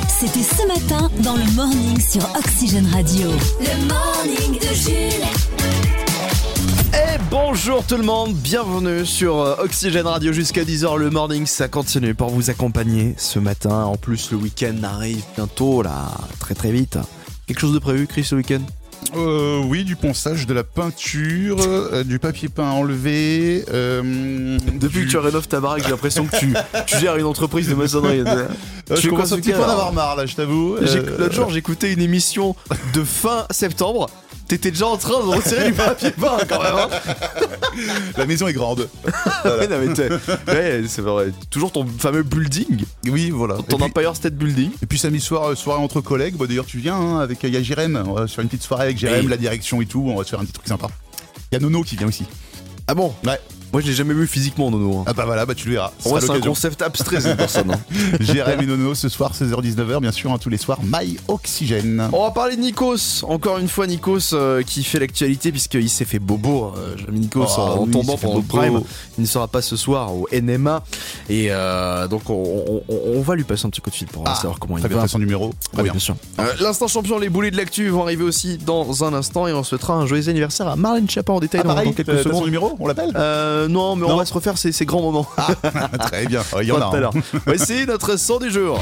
C'était ce matin dans le Morning sur Oxygène Radio. Le Morning de Jules. Et bonjour tout le monde, bienvenue sur Oxygène Radio jusqu'à 10h. Le Morning, ça continue pour vous accompagner ce matin. En plus, le week-end arrive bientôt, là, très très vite. Quelque chose de prévu, Chris, ce week-end ? Oui, du ponçage, de la peinture, du papier peint enlevé. Depuis que tu rénoves ta baraque, j'ai l'impression que tu gères une entreprise de maçonnerie. Je commence un petit peu à en avoir marre, là, je t'avoue. L'autre jour, j'écoutais une émission de fin septembre. T'étais déjà en train de retirer du papier peint quand même, hein. La maison est grande. Voilà. Non, mais c'est vrai. Toujours ton fameux building. Oui, voilà. Ton Empire State Building. Et puis samedi soir, soirée entre collègues. Bah, d'ailleurs, tu viens hein, avec il y a Jérém. On va se faire une petite soirée avec Jérém, la direction et tout. On va se faire un petit truc sympa. Il y a Nono qui vient aussi. Ah bon ? Ouais. Moi je l'ai jamais vu physiquement Nono. Ah bah voilà, bah tu le verras. Pour moi c'est un concept abstrait cette personne. Jérém et Nono ce soir 16h-19h bien sûr, hein, tous les soirs My Oxygène. On va parler de Nikos. Encore une fois Nikos qui fait l'actualité puisqu'il s'est fait bobo. Nikos en tombant pendant le Prime. Il ne sera pas ce soir au NMA. Et donc on va lui passer un petit coup de fil pour savoir comment il va. Très son numéro. Très bien sûr. L'instant champion, les boulets de l'actu vont arriver aussi dans un instant. Et on souhaitera un joyeux anniversaire à Marlène Schiappa en détail dans quelques secondes. Son numéro, on l'appelle non, mais on va se refaire ces grands moments. Très bien, il y en a. Tout à l'heure. Voici notre son du jour.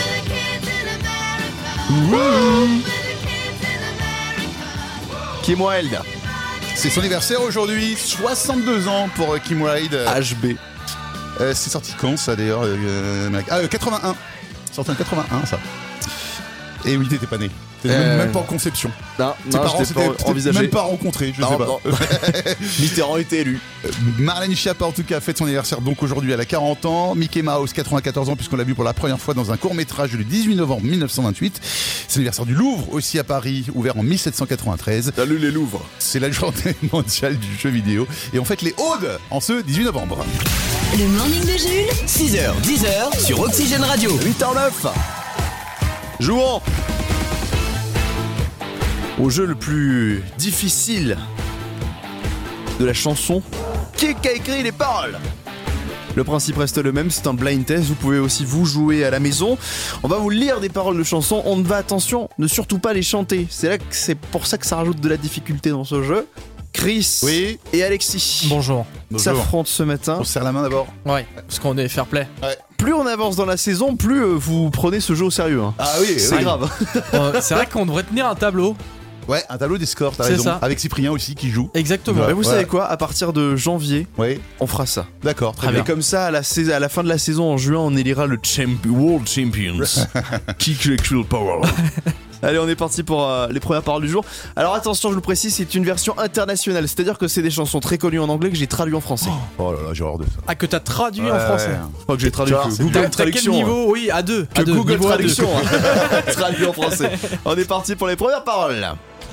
Kim Wilde. C'est son anniversaire aujourd'hui, 62 ans pour Kim Wilde. HB. C'est sorti quand ça d'ailleurs 81. Sorti en 81 ça. Et oui, t'étais pas né. T'étais même pas en conception. Non, tes parents s'étaient envisagé. Même pas rencontrés, je sais pas. Mitterrand était élu. Marlène Schiappa en tout cas fête son anniversaire donc aujourd'hui, elle a 40 ans. Mickey Mouse 94 ans puisqu'on l'a vu pour la première fois dans un court-métrage le 18 novembre 1928. C'est l'anniversaire du Louvre aussi à Paris, ouvert en 1793. Salut les Louvres. C'est la journée mondiale du jeu vidéo et on fête les Audes en ce 18 novembre. Le Morning de Jules. 6h, 10h sur Oxygène Radio. 8h09. Jouons au jeu le plus difficile de la chanson. Qui a écrit les paroles ? Le principe reste le même, c'est un blind test. Vous pouvez aussi vous jouer à la maison. On va vous lire des paroles de chansons. On ne va, attention, ne surtout pas les chanter. C'est pour ça que ça rajoute de la difficulté dans ce jeu. Chris et Alexis. Bonjour. S'affrontent ce matin. On se serre la main d'abord. Ouais, parce qu'on est fair play. Ouais. Plus on avance dans la saison, plus vous prenez ce jeu au sérieux. Hein. Ah oui, c'est grave. C'est vrai qu'on devrait tenir un tableau. Ouais, un tableau des scores, t'as C'est raison. ça. Avec Cyprien aussi qui joue. Exactement. Mais vous savez quoi ? À partir de janvier, on fera ça. D'accord, très Et bien. comme ça, à la fin de la saison, en juin, on élira le World Champions. Kick Actual Power. Allez, on est parti pour les premières paroles du jour. Alors attention, je le précise, c'est une version internationale. C'est-à-dire que c'est des chansons très connues en anglais que j'ai traduit en français. Oh là là, j'ai horreur de ça. Ah, que t'as traduit en français. Je crois que j'ai traduit que Google T'as quel Traduction. niveau ? Oui, A2. Que A2, Google niveau A2. Traduction. Traduit en français. On est parti pour les premières paroles.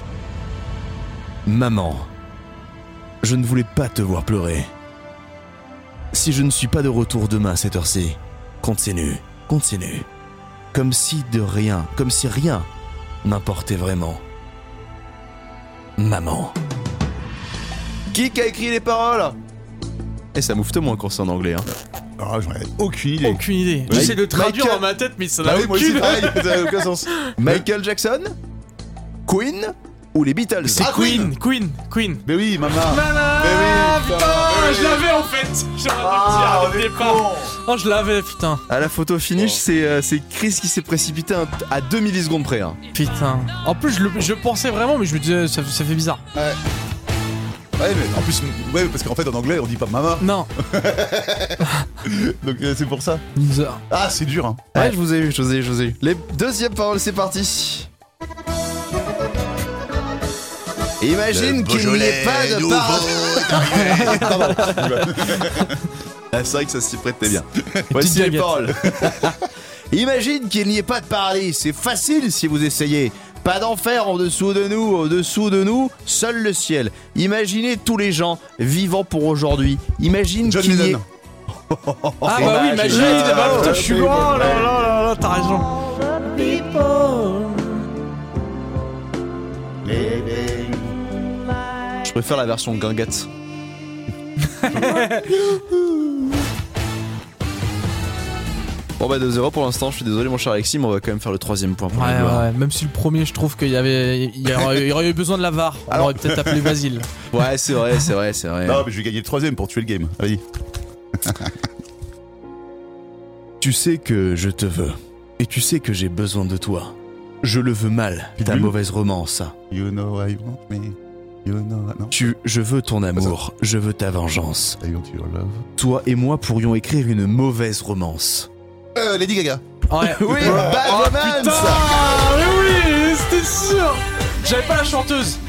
Maman, je ne voulais pas te voir pleurer. Si je ne suis pas de retour demain à cette heure-ci, continue. Comme si rien n'importait vraiment. Maman. Qui a écrit les paroles ? Et ça moufte moins quand c'est en anglais. Hein. Ah, j'en ai aucune idée. Aucune idée. J'essaie de traduire dans ma tête, mais ça n'a Moi aussi, aucune. pareil, ça n'a aucun sens. Michael Jackson ? Queen ? Ou les Beatles ? C'est Queen. Mais oui, maman. Putain, je l'avais en fait. J'aurais dû le dire au départ. Oh, je l'avais, putain. À la photo finish, c'est Chris qui s'est précipité à 2 millisecondes près. Hein. Putain. En plus, je pensais vraiment, mais je me disais, ça fait bizarre. Ouais, mais en plus, parce qu'en fait en anglais on dit pas maman. Non. Donc c'est pour ça. Ah, c'est dur, hein. Ouais, je vous ai eu. Les deuxièmes paroles, c'est parti. Imagine qu'il n'y ait pas de paroles. Ah, c'est vrai que ça s'y prêtait bien. Voici les paroles. Imagine qu'il n'y ait pas de paradis. C'est facile si vous essayez. Pas d'enfer au dessous de nous, seul le ciel. Imaginez tous les gens vivant pour aujourd'hui. Imagine John qu'il y ait... Lennon. Ah bah oui, imagine. Putain, je suis bon. Oh là, t'as raison. Je préfère la version guinguette. Bon bah 2-0 pour l'instant, je suis désolé mon cher Alexis, mais on va quand même faire le 3ème point pour Ouais, la gloire. ouais, même si le premier, je trouve qu'il y aurait eu besoin de la VAR. On aurait peut-être appelé Basile. Ouais, c'est vrai. Non, mais je vais gagner le 3ème pour tuer le game. Vas-y. Tu sais que je te veux, et tu sais que j'ai besoin de toi. Je le veux mal, ta mauvaise romance. You know I want me. You know... Non. Je veux ton amour, je veux ta vengeance. I want your love. Toi et moi pourrions écrire une mauvaise romance. Lady Gaga. Ouais. Oui, Bad Romance. Putain, mais oui, c'était sûr. J'avais pas la chanteuse.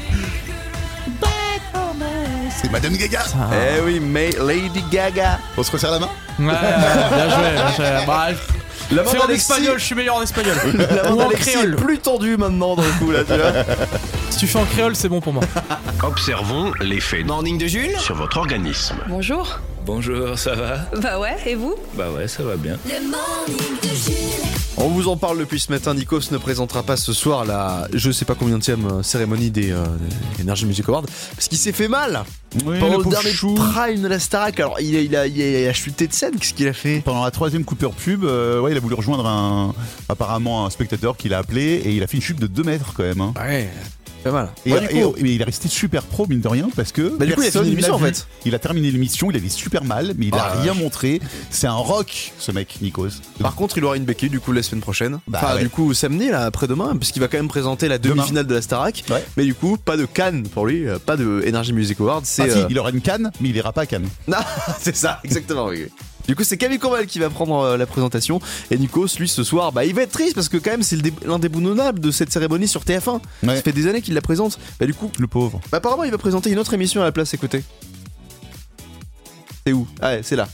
C'est Madame Gaga. Eh oui, mais Lady Gaga. On se resserre la main. Ouais, bien joué. Bah, La main fais en d'Alexis- espagnol, je suis meilleur en espagnol. La Ou main en d'Alexis est créole. plus tendue maintenant dans le coup là, tu vois. Si tu fais en créole, c'est bon pour moi. Observons l'effet Morning de Jules sur votre organisme. Bonjour. Bonjour, ça va? Bah ouais, et vous? Bah ouais, ça va bien. Le morning de Jules. On vous en parle depuis ce matin. Nikos ne présentera pas ce soir la je sais pas combienième cérémonie des Energy Music Awards parce qu'il s'est fait mal Oui, pendant le le pauvre dernier chou. prime de la Starac. Alors il a chuté de scène. Qu'est-ce qu'il a fait? Pendant la 3ème coupure pub, il a voulu rejoindre apparemment un spectateur qu'il a appelé et il a fait une chute de 2 mètres quand même. Hein. Ouais, pas mal. Et, Ouais, du coup, mais il est resté super pro mine de rien parce que Bah, du coup, il a personne fini l'émission, l'a en vu. fait. Il a terminé l'émission, il avait super mal, mais il a rien montré. C'est un rock ce mec, Nikos. par contre, il aura une béquille du coup la semaine prochaine. Bah, enfin, ouais. du coup, samedi là, après-demain, parce qu'il va quand même présenter la demi-finale de la Starac. Ouais. Mais du coup, pas de Cannes pour lui, pas de Energy Music Awards. C'est Ah si, il aura une canne, mais il ira pas à Cannes. Non, c'est ça, exactement, oui. Du coup, c'est Camille Combal qui va prendre la présentation. Et Nikos, lui, ce soir, bah, il va être triste parce que, quand même, c'est l'indéboulonnable de cette cérémonie sur TF1. Ouais. Ça fait des années qu'il la présente. Bah, du coup, Le pauvre. bah, apparemment, il va présenter une autre émission à la place. Écoutez. C'est où? Ah, ouais, c'est là.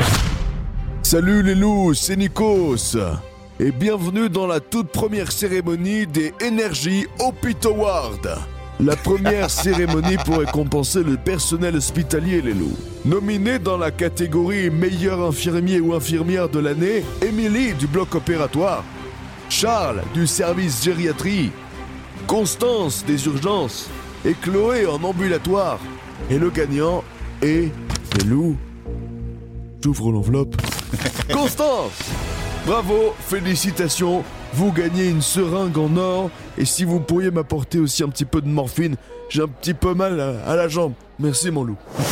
Salut les loups, c'est Nikos et bienvenue dans la toute première cérémonie des Energy Opit Awards. La première cérémonie pour récompenser le personnel hospitalier les loups. Nominée dans la catégorie meilleur infirmier ou infirmière de l'année, Émilie du bloc opératoire, Charles du service gériatrie, Constance des urgences et Chloé en ambulatoire. Et le gagnant est les loups. J'ouvre l'enveloppe. Constance! Bravo, félicitations, vous gagnez une seringue en or, et si vous pourriez m'apporter aussi un petit peu de morphine, j'ai un petit peu mal à la jambe. Merci mon loup.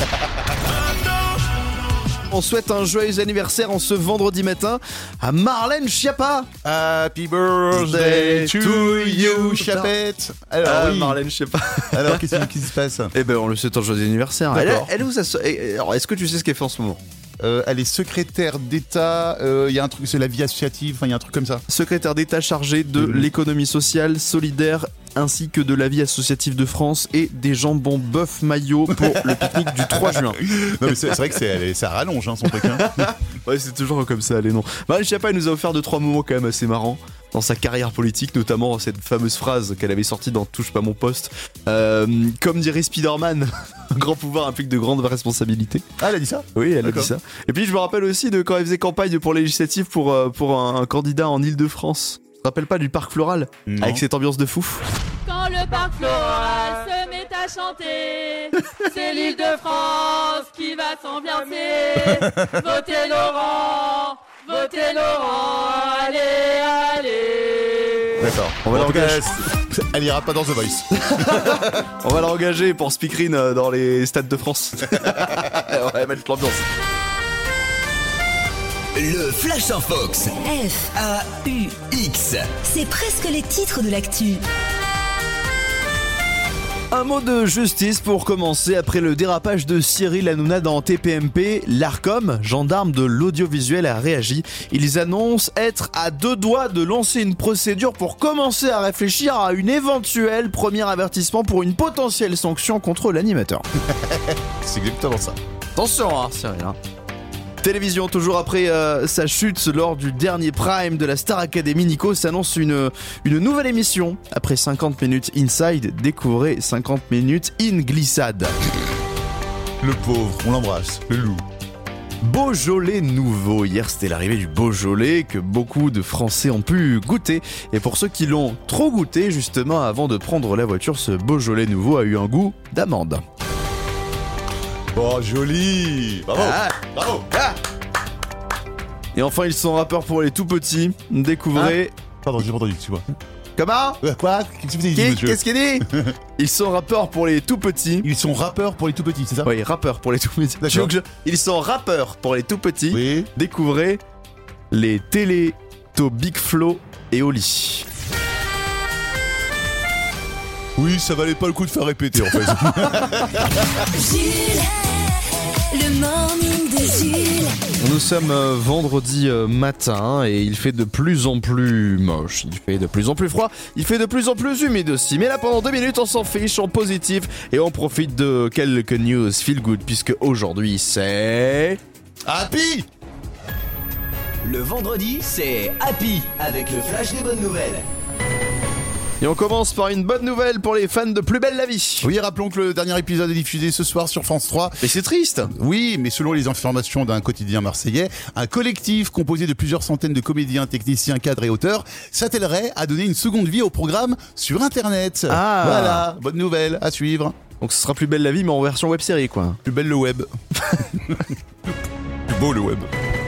On souhaite un joyeux anniversaire en ce vendredi matin à Marlène Schiappa. Happy birthday to you, Chapette. Alors, oui. Marlène Schiappa. Alors, qu'est-ce qui se passe? Eh ben, on le souhaite un joyeux anniversaire. D'accord. Elle est où ça alors, est-ce que tu sais ce qu'elle fait en ce moment? Elle est secrétaire d'État. Il y a un truc, c'est la vie associative. Enfin, il y a un truc comme ça. Secrétaire d'État chargé de l'économie sociale, solidaire, ainsi que de la vie associative de France et des jambons bœuf maillot pour le pique-nique du 3 juin. Non, mais c'est vrai que ça rallonge hein, son truc. Hein. Ouais, c'est toujours comme ça, les noms. Marlène Schiappa, elle nous a offert 2-3 moments quand même assez marrants dans sa carrière politique, notamment cette fameuse phrase qu'elle avait sortie dans Touche pas mon poste. Comme dirait Spider-Man, un grand pouvoir implique de grandes responsabilités. Ah, elle a dit ça? Oui, elle a D'accord. dit ça. Et puis je me rappelle aussi de quand elle faisait campagne pour législative pour un candidat en Île-de-France. Tu te rappelles pas du parc floral? Non. Avec cette ambiance de fou? Quand le parc floral se met à chanter, c'est l'île de France qui va s'ambiancer. Votez Laurent, allez, allez. D'accord. On va En tout cas, l'engager. elle ira pas dans The Voice. On va l'engager pour speakerine dans les stades de France. On va mettre l'ambiance. Le Flash en Fox. F, AUX. c'est presque les titres de l'actu. Un mot de justice pour commencer. Après le dérapage de Cyril Hanouna dans TPMP, l'Arcom, gendarme de l'audiovisuel, a réagi. Ils annoncent être à 2 doigts de lancer une procédure pour commencer à réfléchir à une éventuelle premier avertissement pour une potentielle sanction contre l'animateur. C'est exactement ça. Attention, hein, Cyril. Hein. Télévision, toujours après sa chute lors du dernier prime de la Star Academy, Nico s'annonce une nouvelle émission. Après 50 minutes Inside, découvrez 50 minutes in glissade. Le pauvre, on l'embrasse. Le loup. Beaujolais nouveau. Hier, c'était l'arrivée du Beaujolais que beaucoup de Français ont pu goûter. Et pour ceux qui l'ont trop goûté, justement, avant de prendre la voiture, ce Beaujolais nouveau a eu un goût d'amande. Oh, joli. Bravo. Ah. Bravo. Et enfin, ils sont rappeurs pour les tout petits. Découvrez... Pardon, j'ai pas entendu, tu vois. Comment ? Quoi ? Qu'est-ce que vous avez dit, monsieur ? Qu'est-ce qu'il dit ? Ils sont rappeurs pour les tout petits. Ils sont rappeurs pour les tout petits, c'est ça ? Oui, rappeurs pour les tout petits. D'accord. Ils sont rappeurs pour les tout petits. Oui. Découvrez les Téléto Big Flo et Oli. Oui, ça valait pas le coup de faire répéter en fait. Jules, le morning de Jules. Nous sommes vendredi matin et il fait de plus en plus moche, il fait de plus en plus froid, il fait de plus en plus humide aussi. Mais là pendant 2 minutes on s'en fiche, on positif et on profite de quelques news feel good puisque aujourd'hui c'est... Happy. Le vendredi, c'est Happy avec le flash des bonnes nouvelles. Et on commence par une bonne nouvelle pour les fans de Plus belle la vie. Oui, rappelons que le dernier épisode est diffusé ce soir sur France 3. Mais c'est triste. Oui, mais selon les informations d'un quotidien marseillais, un collectif composé de plusieurs centaines de comédiens, techniciens, cadres et auteurs s'attellerait à donner une seconde vie au programme sur Internet. Ah. Voilà, bonne nouvelle à suivre. Donc ce sera Plus belle la vie mais en version web série quoi. Plus belle le web. Plus beau le web.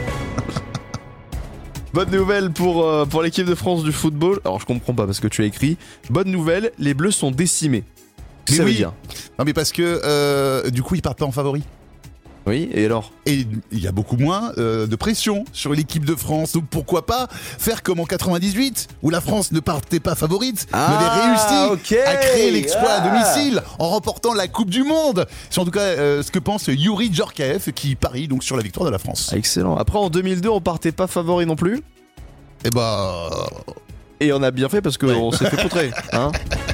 Bonne nouvelle pour l'équipe de France du football. Alors je comprends pas parce que tu as écrit bonne nouvelle, les Bleus sont décimés. Mais Ça veut oui. dire. Non mais parce que du coup ils partent pas en favori. Oui, et alors ? Et il y a beaucoup moins de pression sur l'équipe de France. Donc pourquoi pas faire comme en 98 où la France ne partait pas favorite, mais avait réussi à créer l'exploit à domicile en remportant la Coupe du Monde. C'est en tout cas ce que pense Youri Djorkaeff qui parie donc sur la victoire de la France. Excellent. Après en 2002 on partait pas favori non plus. Et bah... Et on a bien fait parce qu'on s'est fait poutrer. Hein.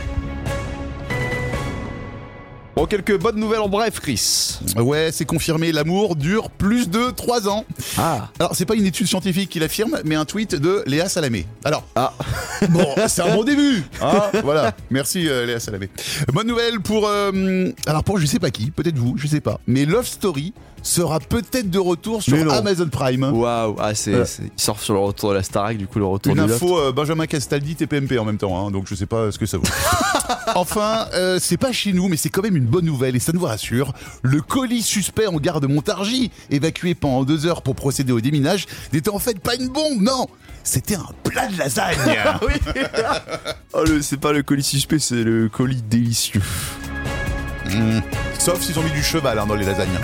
Bon, quelques bonnes nouvelles en bref, Chris. Ouais, c'est confirmé, l'amour dure plus de 3 ans. Ah. Alors, c'est pas une étude scientifique qui l'affirme, mais un tweet de Léa Salamé. Alors, bon, c'est un bon début. Hein, voilà, merci Léa Salamé. Bonne nouvelle pour... alors pour je sais pas qui, peut-être vous, je sais pas. Mais Love Story sera peut-être de retour sur Amazon Prime. Waouh, ah, il sort sur le retour de la Starac, du coup le retour une du info Benjamin Castaldi TPMP en même temps, hein, donc je sais pas ce que ça vaut. Enfin, c'est pas chez nous, mais c'est quand même une bonne nouvelle et ça nous rassure. Le colis suspect en gare de Montargis, évacué pendant 2 heures pour procéder au déminage, n'était en fait pas une bombe, non. C'était un plat de lasagne. Oui. Oh, c'est pas le colis suspect, c'est le colis délicieux. Sauf s'ils ont mis du cheval dans les lasagnes.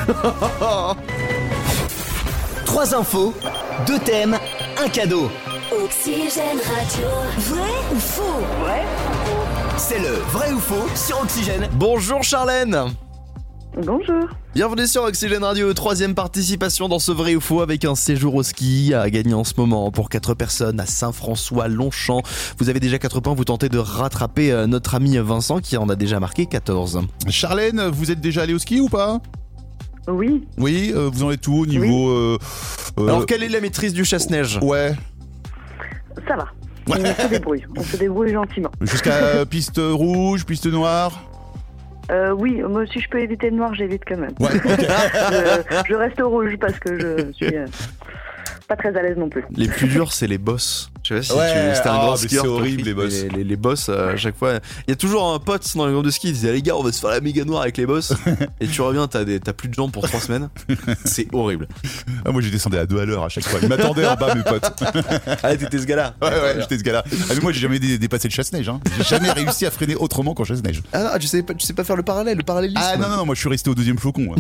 3 infos, 2 thèmes, un cadeau. Oxygène Radio. Vrai ou faux ? Ouais. C'est le vrai ou faux sur Oxygène. Bonjour Charlène. Bonjour. Bienvenue sur Oxygène Radio, 3e participation dans ce vrai ou faux avec un séjour au ski à gagner en ce moment pour 4 personnes à Saint-François-Longchamp. Vous avez déjà 4 points, vous tentez de rattraper notre ami Vincent qui en a déjà marqué 14. Charlène, vous êtes déjà allé au ski ou pas ? Oui. Oui, vous en êtes où au niveau... Alors quelle est la maîtrise du chasse-neige ? Ouais. Ça va. On se débrouille gentiment. Jusqu'à piste rouge, piste noire ? Oui, moi si je peux éviter le noir, j'évite quand même. Ouais, okay. je reste au rouge parce que je suis pas très à l'aise non plus. Les plus durs, c'est les bosses. Je sais pas si c'était un grand skieur. C'est horrible les bosses. Les bosses, à chaque fois. Il y a toujours un pote dans les groupes de ski qui disait les gars, on va se faire la méga noire avec les bosses. Et tu reviens, t'as plus de jambes pour 3 semaines. C'est horrible. Ah, moi, je descendais à 2 à l'heure à chaque fois. Ils m'attendaient en bas, mes potes. Ah, t'étais ce gars-là. Ouais, j'étais ce gars-là. Ah, mais moi, j'ai jamais dépassé le chasse-neige. Hein. J'ai jamais réussi à freiner autrement qu'en chasse-neige. Ah, tu sais pas faire le parallélisme. Ah, non, moi, je suis resté au 2e flocon.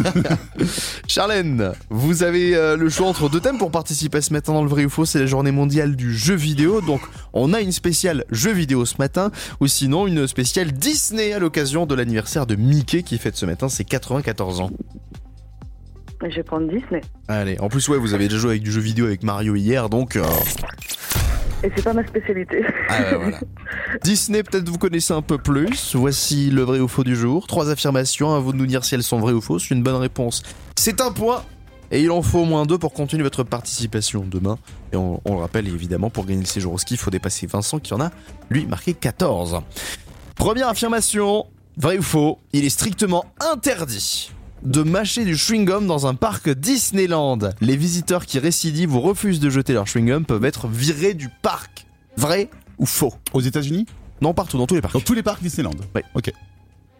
Charlène, vous avez le choix entre 2 thèmes pour participer ce matin dans le vrai ou faux. C'est la journée mondiale du jeu vidéo. Donc, on a une spéciale jeu vidéo ce matin, ou sinon une spéciale Disney à l'occasion de l'anniversaire de Mickey qui fête ce matin ses 94 ans. Je vais prendre Disney. Allez, en plus, vous avez déjà joué avec du jeu vidéo avec Mario hier, donc... Et c'est pas ma spécialité. Ah, voilà. Disney, peut-être vous connaissez un peu plus. Voici le vrai ou faux du jour. 3 affirmations, à vous de nous dire si elles sont vraies ou fausses. Une bonne réponse, c'est un point. Et il en faut au moins 2 pour continuer votre participation demain. Et on le rappelle évidemment, pour gagner le séjour au ski, il faut dépasser Vincent qui en a, lui, marqué 14. Première affirmation, vrai ou faux, il est strictement interdit de mâcher du chewing-gum dans un parc Disneyland. Les visiteurs qui récidivent ou refusent de jeter leur chewing-gum peuvent être virés du parc. Vrai ou faux ? Aux États-Unis ? Non, partout, dans tous les parcs. Dans tous les parcs Disneyland ? Oui. Ok. Faux ?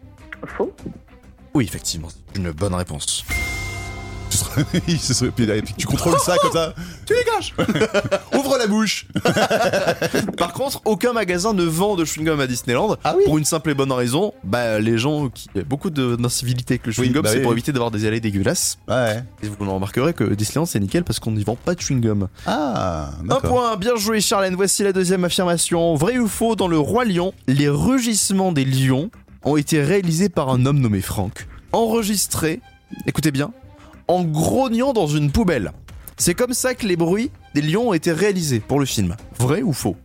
Oui, effectivement, c'est une bonne réponse. Puis tu contrôles ça comme ça. Tu dégages. Ouvre la bouche. Par contre, aucun magasin ne vend de chewing-gum à Disneyland. Ah oui. Pour une simple et bonne raison, les gens qui ont beaucoup d'incivilité avec le chewing-gum, c'est pour éviter d'avoir des allées dégueulasses. Ouais. Et vous remarquerez que Disneyland c'est nickel parce qu'on n'y vend pas de chewing-gum. Ah, Un d'accord. point, bien joué Charlène. Voici la deuxième affirmation. Vrai ou faux, dans Le Roi Lion, les rugissements des lions ont été réalisés par un homme nommé Frank, enregistrés, écoutez bien, en grognant dans une poubelle. C'est comme ça que les bruits des lions ont été réalisés pour le film. Vrai ou faux?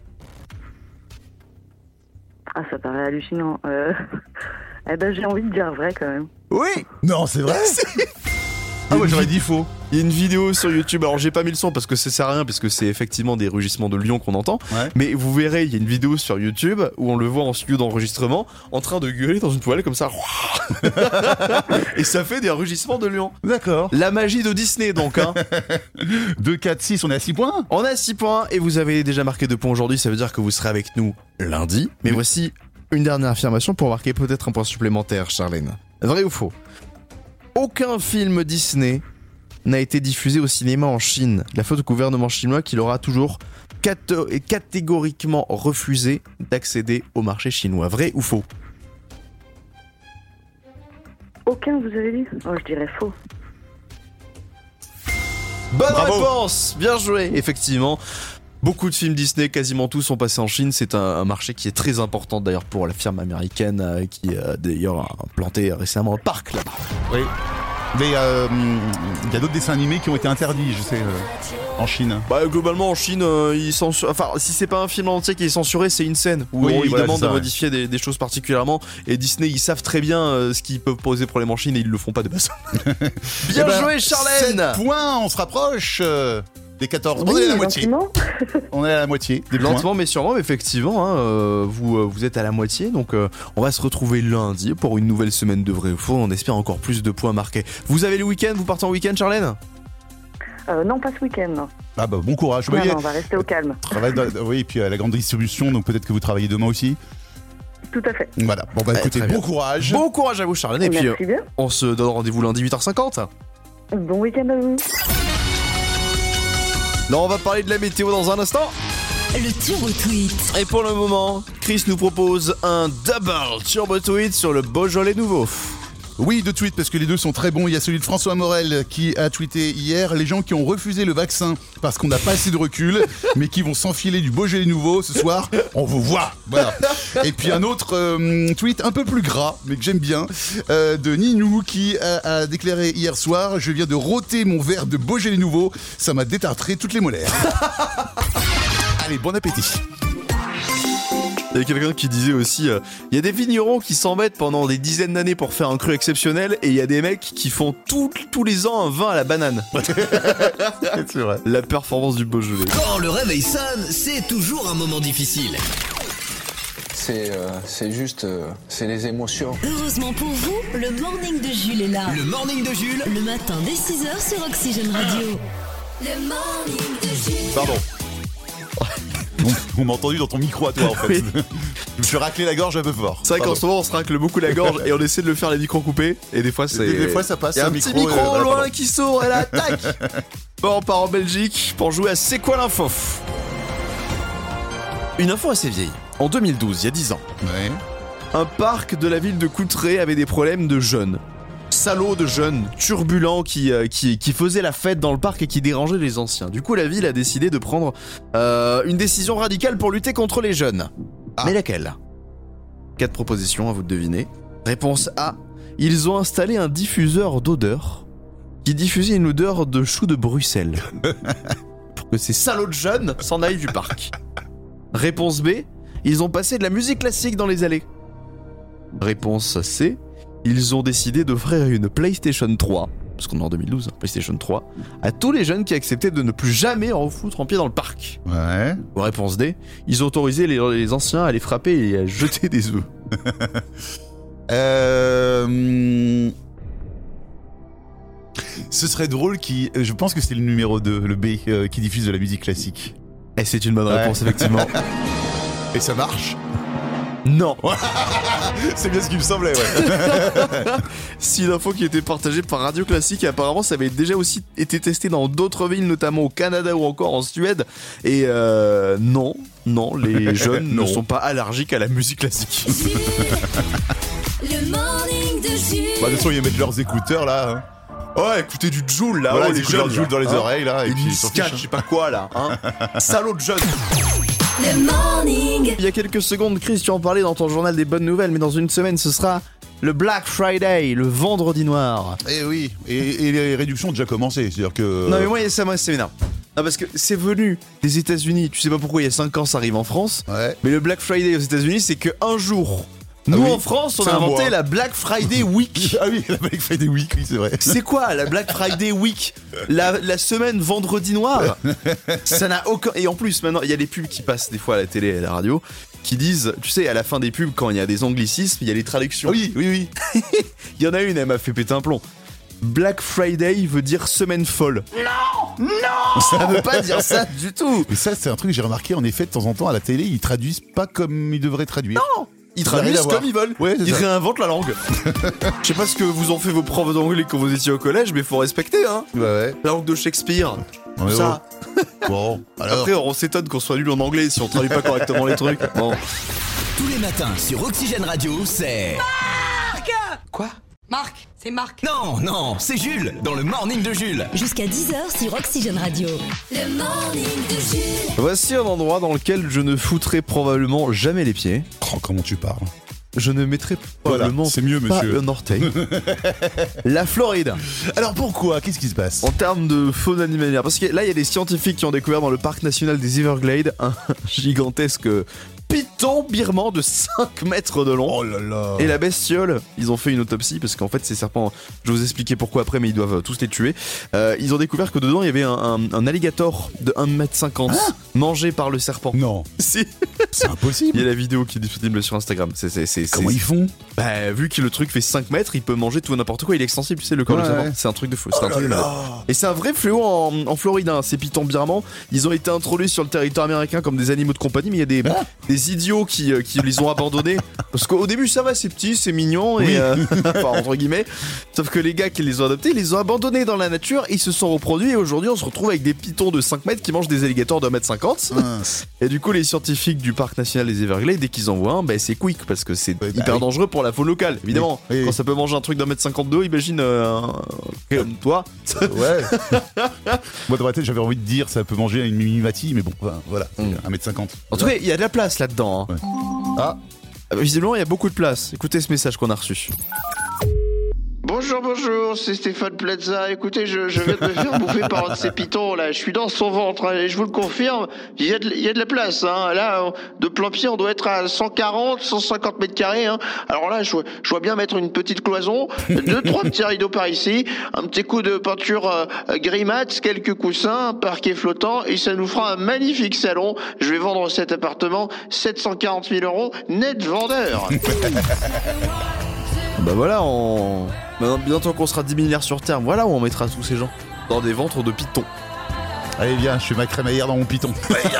Ah, ça paraît hallucinant. J'ai envie de dire vrai quand même. Oui. Non, c'est vrai. Ah ouais, j'aurais dit faux. Il y a une vidéo sur YouTube, alors j'ai pas mis le son parce que ça sert à rien, parce que c'est effectivement des rugissements de lions qu'on entend, mais vous verrez, il y a une vidéo sur YouTube où on le voit en studio d'enregistrement en train de gueuler dans une poêle comme ça. Et ça fait des rugissements de lions. D'accord. La magie de Disney donc. 2, 4, 6, on est à 6 points. On est à 6 points et vous avez déjà marqué 2 points aujourd'hui, ça veut dire que vous serez avec nous lundi. Mais voici une dernière affirmation pour marquer peut-être un point supplémentaire, Charlène. Vrai ou faux? Aucun film Disney n'a été diffusé au cinéma en Chine. La faute au gouvernement chinois qui leur a toujours catégoriquement refusé d'accéder au marché chinois. Vrai ou faux? Aucun, vous avez dit? Oh, je dirais faux. Bonne réponse. Bien joué. Effectivement, beaucoup de films Disney, quasiment tous, sont passés en Chine. C'est un marché qui est très important d'ailleurs pour la firme américaine qui a d'ailleurs implanté récemment un parc là-bas. Oui. Mais il y a d'autres dessins animés qui ont été interdits, je sais, en Chine. Globalement en Chine, ils censurent. Enfin, si c'est pas un film entier qui est censuré, c'est une scène où ils demandent de modifier des choses particulièrement. Et Disney, ils savent très bien ce qui peut poser problème en Chine et ils le font pas de base. Bien joué, Charlène. 7 points, on se rapproche des 14. On est à la moitié. On est à la moitié. Lentement mais sûrement, effectivement, vous êtes à la moitié, donc on va se retrouver lundi pour une nouvelle semaine de vrai ou faux. On espère encore plus de points marqués. Vous avez le week-end, vous partez en week-end, Charlène? Non, pas ce week-end. Non. Ah bah bon courage. Non, on va rester au calme. Oui, et puis à la grande distribution, donc peut-être que vous travaillez demain aussi. Tout à fait. Voilà. Bon bah écoutez, bon courage. Bon courage à vous, Charlène. Et puis bien. On se donne rendez-vous lundi 8h50. Bon week-end à vous. Non, on va parler de la météo dans un instant. Le Turbo Tweet. Et pour le moment, Chris nous propose un double Turbo Tweet sur le Beaujolais nouveau. Oui, 2 tweets parce que les deux sont très bons. Il y a celui de François Morel qui a tweeté hier les gens qui ont refusé le vaccin parce qu'on n'a pas assez de recul, mais qui vont s'enfiler du Beaujolais nouveau ce soir. On vous voit. Voilà. Et puis un autre tweet un peu plus gras, mais que j'aime bien, de Ninou qui a déclaré hier soir: je viens de rôter mon verre de Beaujolais nouveau, ça m'a détartré toutes les molaires. Allez, bon appétit. Il y a quelqu'un qui disait aussi, il y a des vignerons qui s'embêtent pendant des dizaines d'années pour faire un cru exceptionnel, et il y a des mecs qui font tous les ans un vin à la banane. C'est vrai. La performance du Beaujolais. Quand le réveil sonne, c'est toujours un moment difficile. C'est juste les émotions. Heureusement pour vous, le morning de Jules est là. Le morning de Jules, le matin dès 6h sur Oxygène Radio. Le morning de Jules. Pardon. On m'a entendu dans ton micro à toi en fait. Oui. Je me suis raclé la gorge un peu fort. C'est vrai qu'en ce moment on se racle beaucoup la gorge et on essaie de le faire les micros coupés et des fois c'est... Des fois ça passe. Il y a un petit micro au loin qui s'ouvre et là tac. Bon, on part en Belgique pour jouer à C'est quoi l'info? Une info assez vieille. En 2012, il y a 10 ans. Ouais. Un parc de la ville de Coutray avait des problèmes de jeunes. Salauds de jeunes, turbulents qui faisaient la fête dans le parc et qui dérangeaient les anciens. Du coup, la ville a décidé de prendre une décision radicale pour lutter contre les jeunes. Ah. Mais laquelle? 4 propositions, à vous de deviner. Réponse A. Ils ont installé un diffuseur d'odeur qui diffusait une odeur de choux de Bruxelles. Pour que ces salauds de jeunes s'en aillent du parc. Réponse B. Ils ont passé de la musique classique dans les allées. Réponse C. Ils ont décidé d'offrir une PlayStation 3, parce qu'on est en 2012, PlayStation 3, à tous les jeunes qui acceptaient de ne plus jamais refoutre en pied dans le parc. Ouais. Réponse D, ils ont autorisé les anciens à les frapper et à jeter des œufs. Ce serait drôle je pense que c'est le numéro 2, le B, qui diffuse de la musique classique. Et c'est une bonne réponse, effectivement. Et ça marche. Non. C'est bien ce qui me semblait, ouais. Si l'info qui était partagée par Radio Classique, et apparemment ça avait déjà aussi été testé dans d'autres villes, notamment au Canada ou encore en Suède. Et non, les jeunes ne sont pas allergiques à la musique classique. Le morning de Jules. Bah, de toute façon, ils mettent leurs écouteurs là. Hein. Ouais, écoutez du Joule là, voilà, les jeunes Joule dans les oreilles là. Et puis du ska, je sais pas quoi là, hein. Salaud de jeunes. Le morning. Il y a quelques secondes, Chris, tu en parlais dans ton journal des bonnes nouvelles, mais dans une semaine, ce sera le Black Friday, le vendredi noir. Eh oui, et les réductions ont déjà commencé, c'est-à-dire que... Non mais moi, ça m'énerve. Non, parce que c'est venu des États-Unis, tu sais pas pourquoi il y a 5 ans ça arrive en France, ouais. Mais le Black Friday aux États-Unis, c'est qu'un jour... Nous en France, on a inventé la Black Friday Week. Ah oui, la Black Friday Week, oui, c'est vrai. C'est quoi la Black Friday Week? La semaine vendredi noir. Ça n'a aucun... Et en plus, maintenant, il y a les pubs qui passent des fois à la télé et à la radio qui disent, tu sais, à la fin des pubs, quand il y a des anglicismes, il y a les traductions. Oui. Il y en a une, elle m'a fait péter un plomb. Black Friday veut dire semaine folle. Non, ça veut pas dire ça du tout. Mais ça, c'est un truc que j'ai remarqué, en effet, de temps en temps, à la télé, ils traduisent pas comme ils devraient traduire. Non. Ils traduisent comme ils veulent. Ouais, ils réinventent la langue. Je sais pas ce que vous ont fait vos profs d'anglais quand vous étiez au collège, mais faut respecter, hein. Ouais. La langue de Shakespeare. Tout ça. Bon, alors. Après, on s'étonne qu'on soit nul en anglais si on traduit pas correctement les trucs. Bon. Tous les matins sur Oxygène Radio, c'est... Marc! Quoi? Marc, c'est Marc. Non, c'est Jules, dans le morning de Jules. Jusqu'à 10h sur Oxygène Radio. Le morning de Jules. Voici un endroit dans lequel je ne foutrai probablement jamais les pieds. Oh, comment tu parles? Je ne mettrai probablement c'est mieux, pas monsieur. un orteil. La Floride. Alors pourquoi? Qu'est-ce qui se passe? En termes de faune animalière, parce que là il y a des scientifiques qui ont découvert dans le parc national des Everglades un gigantesque python birman de 5 mètres de long. Oh là là. Et la bestiole, ils ont fait une autopsie parce qu'en fait ces serpents, je vais vous expliquer pourquoi après, mais ils doivent tous les tuer. Ils ont découvert que dedans il y avait un alligator de 1m50 mangé par le serpent. Non. Si. C'est impossible. Il y a la vidéo qui est disponible sur Instagram. Comment ils font? Bah, vu que le truc fait 5 mètres, il peut manger tout n'importe quoi, il est extensible, tu sais, le corps du serpent. C'est un truc de fou, c'est un truc de malade. Et c'est un vrai fléau en Floride, hein, ces pythons birmans. Ils ont été introduits sur le territoire américain comme des animaux de compagnie, mais il y a des idiots qui les ont abandonnés. Parce qu'au début, ça va, c'est petit, c'est mignon, et enfin, entre guillemets. Sauf que les gars qui les ont adoptés, ils les ont abandonnés dans la nature, ils se sont reproduits, et aujourd'hui, on se retrouve avec des pythons de 5 mètres qui mangent des alligators de 1m50. Et du coup, les scientifiques du parc national des Everglades, dès qu'ils en voient un, c'est quick, parce que c'est hyper dangereux pour la faune locale, évidemment. Oui. Quand ça peut manger un truc d'1m52, imagine comme toi. Ouais. Moi, dans ma tête, j'avais envie de dire ça peut manger une mimimati, mais bon, voilà, 1m50. En tout cas, il y a de la place là-dedans. Hein. Ouais. Ah. Visiblement, il y a beaucoup de place. Écoutez ce message qu'on a reçu. Bonjour, c'est Stéphane Plaza. Écoutez, je viens de me faire bouffer par un de ces pitons là. Je suis dans son ventre, hein, et je vous le confirme. Il y a de la place, hein. Là, de plan pied, on doit être à 150 mètres carrés, hein. Alors là, je vois bien mettre une petite cloison, 2-3 petits rideaux par ici, un petit coup de peinture gris mat, quelques coussins, un parquet flottant, et ça nous fera un magnifique salon. Je vais vendre cet appartement 740 000 euros net vendeur. Bah voilà, bientôt qu'on sera 10 milliards sur Terre, voilà où on mettra tous ces gens. Dans des ventres de pythons. Allez, viens, je fais ma crémaillère dans mon python.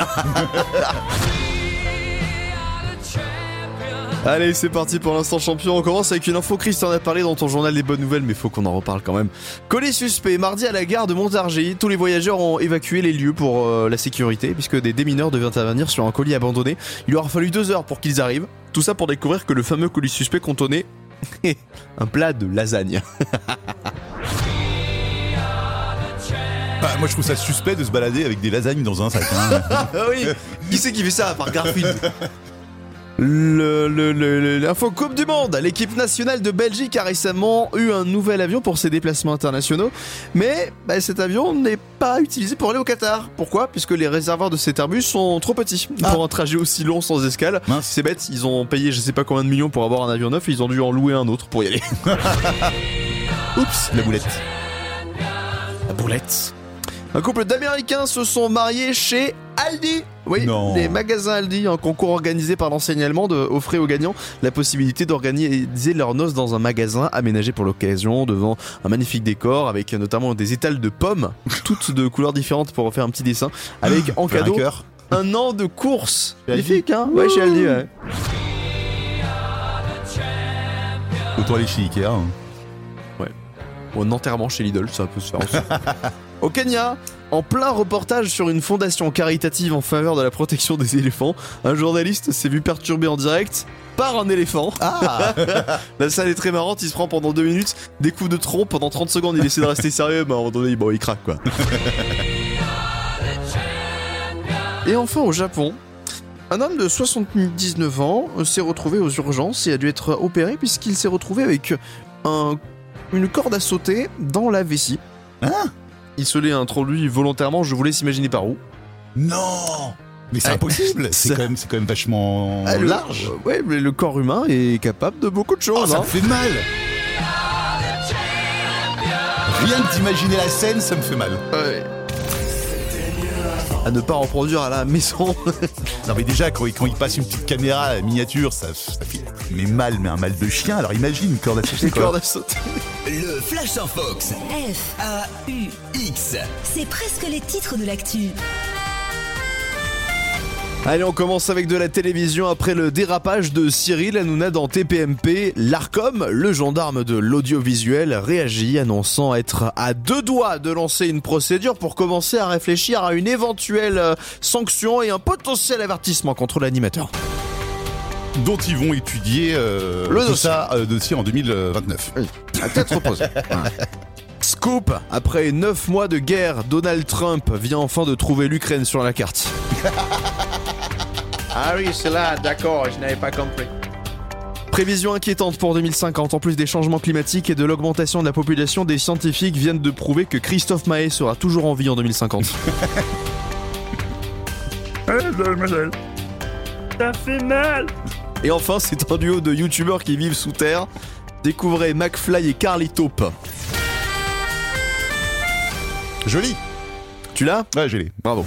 Allez, c'est parti pour l'instant champion. On commence avec une info. Chris t'en a parlé dans ton journal des bonnes nouvelles, mais faut qu'on en reparle quand même. Colis suspect, mardi à la gare de Montargis. Tous les voyageurs ont évacué les lieux pour la sécurité, puisque des démineurs devaient intervenir sur un colis abandonné. Il leur a fallu 2 heures pour qu'ils arrivent. Tout ça pour découvrir que le fameux colis suspect contenait un plat de lasagne. Bah, moi je trouve ça suspect de se balader avec des lasagnes dans un sac. Hein. Oui, qui c'est qui fait ça à part Garfield? L'info Coupe du Monde. L'équipe nationale de Belgique a récemment eu un nouvel avion pour ses déplacements internationaux, mais cet avion n'est pas utilisé pour aller au Qatar. Pourquoi? Puisque les réservoirs de cet Airbus sont trop petits pour un trajet aussi long sans escale. C'est bête, ils ont payé je sais pas combien de millions pour avoir un avion neuf et ils ont dû en louer un autre pour y aller. Oups, la boulette. La boulette. Un couple d'Américains se sont mariés chez Aldi. Oui, les magasins Aldi, un concours organisé par l'enseigne allemande offrait aux gagnants la possibilité d'organiser leurs noces dans un magasin aménagé pour l'occasion, devant un magnifique décor avec notamment des étals de pommes, toutes de couleurs différentes pour faire un petit dessin, avec en cadeau un an de course. Magnifique, hein? Ouais, chez Aldi, ouais. Autant aller chez Ikea. Hein. Ouais. Ou un enterrement chez Lidl, ça peut se faire aussi. Au Kenya, en plein reportage sur une fondation caritative en faveur de la protection des éléphants, un journaliste s'est vu perturbé en direct par un éléphant. Ah. La scène est très marrante, il se prend pendant 2 minutes des coups de trompe, pendant 30 secondes il essaie de rester sérieux, mais à un moment donné, bon, il craque quoi. Et enfin au Japon, un homme de 79 ans s'est retrouvé aux urgences et a dû être opéré puisqu'il s'est retrouvé avec une corde à sauter dans la vessie. Hein ? Il se l'est introduit volontairement, je vous laisse imaginer par où. Non ! Mais c'est impossible. C'est quand même vachement large. Ouais, mais le corps humain est capable de beaucoup de choses. Ça me fait mal. Rien que d'imaginer la scène, ça me fait mal. Ouais. À ne pas reproduire à la maison. Non mais déjà quand il passe une petite caméra miniature, ça fait un mal de chien. Alors imagine une corde à sauter. Le Flash en Fox. F-A-U-X. C'est presque les titres de l'actu. Allez, on commence avec de la télévision. Après le dérapage de Cyril Hanouna dans TPMP, l'Arcom, le gendarme de l'audiovisuel, réagit, annonçant être à 2 doigts de lancer une procédure pour commencer à réfléchir à une éventuelle sanction et un potentiel avertissement contre l'animateur. Dont ils vont étudier le dossier en 2029. Oui, à tête reposée. Scoop, après 9 mois de guerre, Donald Trump vient enfin de trouver l'Ukraine sur la carte. Ah oui, c'est là, d'accord, je n'avais pas compris. Prévision inquiétante pour 2050. En plus des changements climatiques et de l'augmentation de la population, des scientifiques viennent de prouver que Christophe Maé sera toujours en vie en 2050. Ça fait mal. Et enfin, c'est un duo de youtubeurs qui vivent sous terre. Découvrez McFly et Carly Taupe. Joli. Tu l'as ? Ouais, je l'ai. Bravo.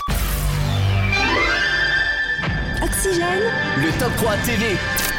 Oxygène. Le top 3 TV.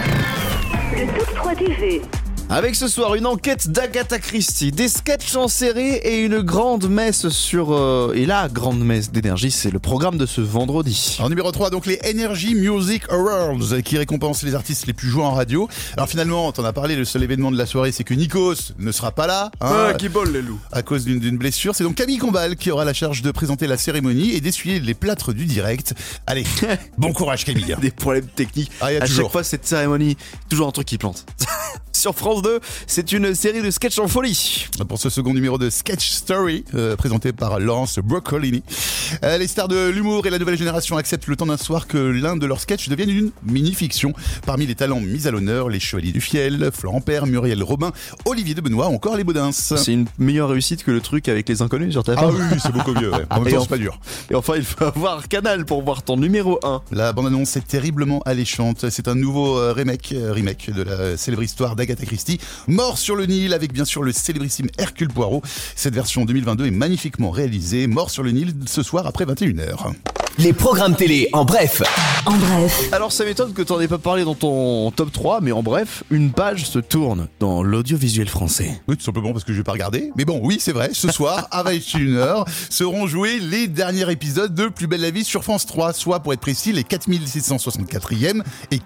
Le top 3 TV. Avec ce soir une enquête d'Agatha Christie, des sketchs en série et une grande messe et la grande messe d'énergie, c'est le programme de ce vendredi. En numéro 3, donc les Energy Music Awards qui récompensent les artistes les plus joués en radio. Alors finalement, t'en as parlé, le seul événement de la soirée, c'est que Nikos ne sera pas là. Qui bol les loups. À cause d'une blessure. C'est donc Camille Combal qui aura la charge de présenter la cérémonie et d'essuyer les plâtres du direct. Allez, bon courage Camille. Des problèmes techniques. À chaque fois cette cérémonie, toujours un truc qui plante. Sur France 2, c'est une série de sketchs en folie. Pour ce second numéro de Sketch Story, présenté par Laurence Broccolini, les stars de l'humour et la nouvelle génération acceptent le temps d'un soir que l'un de leurs sketchs devienne une mini-fiction. Parmi les talents mis à l'honneur, les Chevaliers du Fiel, Florent Père, Muriel Robin, Olivier de Benoît ou encore les Baudins. C'est une meilleure réussite que le truc avec les inconnus sur ta Ah oui, c'est beaucoup mieux. Ouais. En même temps, c'est pas dur. Et enfin, il faut avoir Canal pour voir ton numéro 1. La bande-annonce est terriblement alléchante. C'est un nouveau remake de la célèbre histoire d'Agatha Christie, Mort sur le Nil, avec bien sûr le célébrissime Hercule Poirot. Cette version 2022 est magnifiquement réalisée. Mort sur le Nil ce soir après 21h. Les programmes télé en bref. En bref. Alors ça m'étonne que t'en aies pas parlé dans ton top 3, mais en bref, une page se tourne dans l'audiovisuel français. Oui, tout simplement parce que je vais pas regarder. Mais bon, oui, c'est vrai, ce soir, à 21h, seront joués les derniers épisodes de Plus belle la vie sur France 3, soit pour être précis, les 4664e et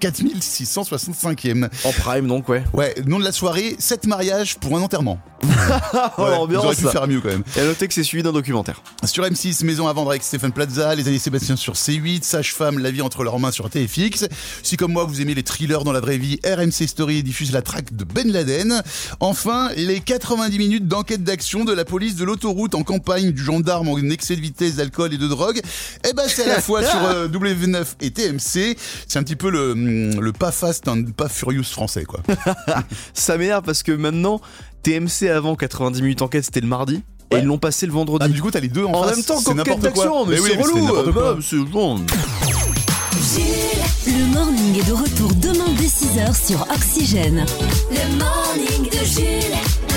4665e. En prime donc, ouais. Ouais, nom de la soirée, 7 mariages pour un enterrement. Ouais, l'ambiance. Ils auraient pu faire mieux quand même. Et à noter que c'est suivi d'un documentaire. Sur M6, Maison à vendre avec Stéphane Plaza, Les années Sébastien sur C8, Sage-Femme, La vie entre leurs mains sur TFX. Si comme moi vous aimez les thrillers dans la vraie vie, RMC Story diffuse la traque de Ben Laden. Enfin, les 90 minutes d'enquête d'action de la police de l'autoroute en campagne, du gendarme en excès de vitesse, d'alcool et de drogue. Eh ben c'est à la fois sur W9 et TMC. C'est un petit peu le pas fast, pas furious français quoi. Ça m'énerve parce que maintenant TMC avant 90 minutes enquête c'était le mardi. Et ils l'ont passé le vendredi. Ah, du coup, t'as les deux en face. En même temps, c'est n'importe quoi. Mais oui, c'est relou. C'est bon. Le morning est de retour demain dès 6h sur Oxygène. Le morning de Jules.